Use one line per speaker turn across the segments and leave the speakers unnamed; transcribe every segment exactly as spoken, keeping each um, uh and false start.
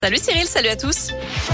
Salut Cyril, salut à tous.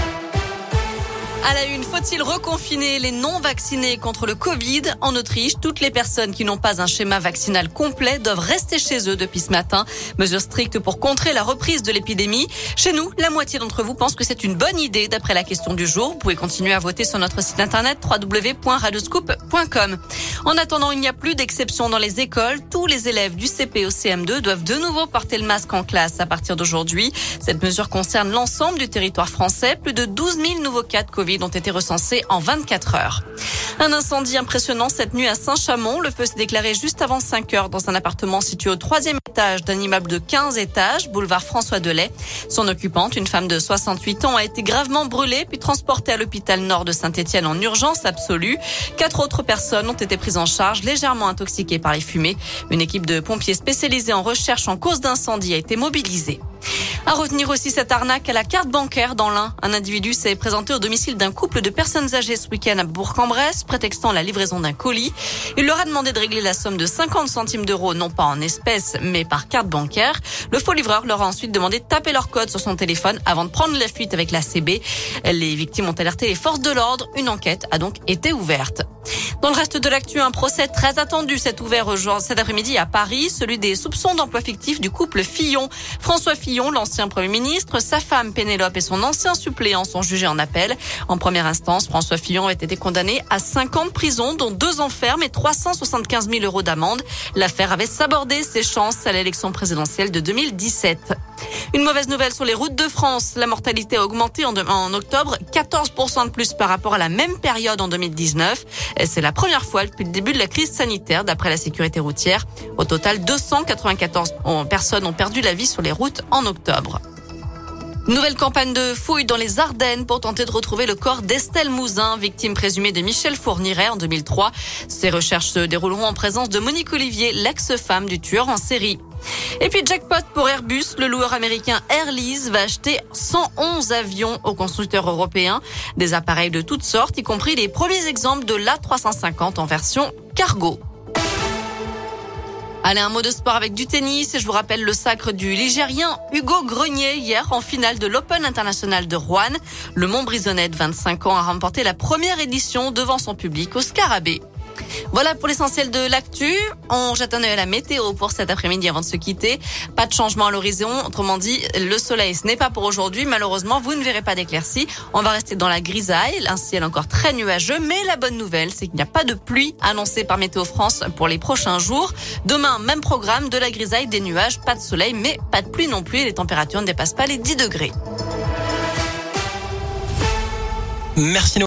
À la une, faut-il reconfiner les non-vaccinés contre le Covid? En Autriche, toutes les personnes qui n'ont pas un schéma vaccinal complet doivent rester chez eux depuis ce matin. Mesure stricte pour contrer la reprise de l'épidémie. Chez nous, la moitié d'entre vous pense que c'est une bonne idée d'après la question du jour. Vous pouvez continuer à voter sur notre site internet w w w point radioscoop point com. En attendant, il n'y a plus d'exception dans les écoles. Tous les élèves du C P au C M deux doivent de nouveau porter le masque en classe à partir d'aujourd'hui. Cette mesure concerne l'ensemble du territoire français. Plus de douze mille nouveaux cas de Covid ont été recensés en vingt-quatre heures. Un incendie impressionnant cette nuit à Saint-Chamond. Le feu s'est déclaré juste avant cinq heures dans un appartement situé au troisième étage d'un immeuble de quinze étages, boulevard François Delay. Son occupante, une femme de soixante-huit ans, a été gravement brûlée puis transportée à l'hôpital nord de Saint-Étienne en urgence absolue. Quatre autres personnes ont été prises en charge, légèrement intoxiquées par les fumées. Une équipe de pompiers spécialisés en recherche en cause d'incendie a été mobilisée. À retenir aussi cette arnaque à la carte bancaire dans l'Ain. Un individu s'est présenté au domicile d'un couple de personnes âgées ce week-end à Bourg-en-Bresse, prétextant la livraison d'un colis. Il leur a demandé de régler la somme de cinquante centimes d'euros, non pas en espèces, mais par carte bancaire. Le faux livreur leur a ensuite demandé de taper leur code sur son téléphone avant de prendre la fuite avec la C B. Les victimes ont alerté les forces de l'ordre. Une enquête a donc été ouverte. Dans le reste de l'actu, un procès très attendu s'est ouvert cet après-midi à Paris, celui des soupçons d'emploi fictif du couple Fillon. François Fillon, l'ancien Premier ministre, sa femme Pénélope et son ancien suppléant sont jugés en appel. En première instance, François Fillon a été condamné à cinq ans de prison, dont deux ans ferme et trois cent soixante-quinze mille euros d'amende. L'affaire avait sabordé ses chances à l'élection présidentielle de deux mille dix-sept. Une mauvaise nouvelle sur les routes de France. La mortalité a augmenté en, de, en octobre, quatorze pour cent de plus par rapport à la même période en deux mille dix-neuf. Et c'est la première fois depuis le début de la crise sanitaire, d'après la sécurité routière. Au total, deux cent quatre-vingt-quatorze personnes ont perdu la vie sur les routes en octobre. Nouvelle campagne de fouilles dans les Ardennes pour tenter de retrouver le corps d'Estelle Mouzin, victime présumée de Michel Fourniret en deux mille trois. Ces recherches se dérouleront en présence de Monique Olivier, l'ex-femme du tueur en série. Et puis jackpot pour Airbus, le loueur américain Airlease va acheter cent onze avions aux constructeurs européens. Des appareils de toutes sortes, y compris les premiers exemples de l'A trois cent cinquante en version cargo. Allez, un mot de sport avec du tennis. Et je vous rappelle le sacre du Ligérien Hugo Grenier hier en finale de l'Open International de Rouen. Le Montbrisonnais de vingt-cinq ans a remporté la première édition devant son public au Scarabée. Voilà pour l'essentiel de l'actu. On jette un œil à la météo pour cet après-midi avant de se quitter. Pas de changement à l'horizon. Autrement dit, le soleil, ce n'est pas pour aujourd'hui. Malheureusement, vous ne verrez pas d'éclaircies. On va rester dans la grisaille. Un ciel encore très nuageux. Mais la bonne nouvelle, c'est qu'il n'y a pas de pluie annoncée par Météo France pour les prochains jours. Demain, même programme, de la grisaille, des nuages, pas de soleil, mais pas de pluie non plus. Les températures ne dépassent pas les dix degrés.
Merci.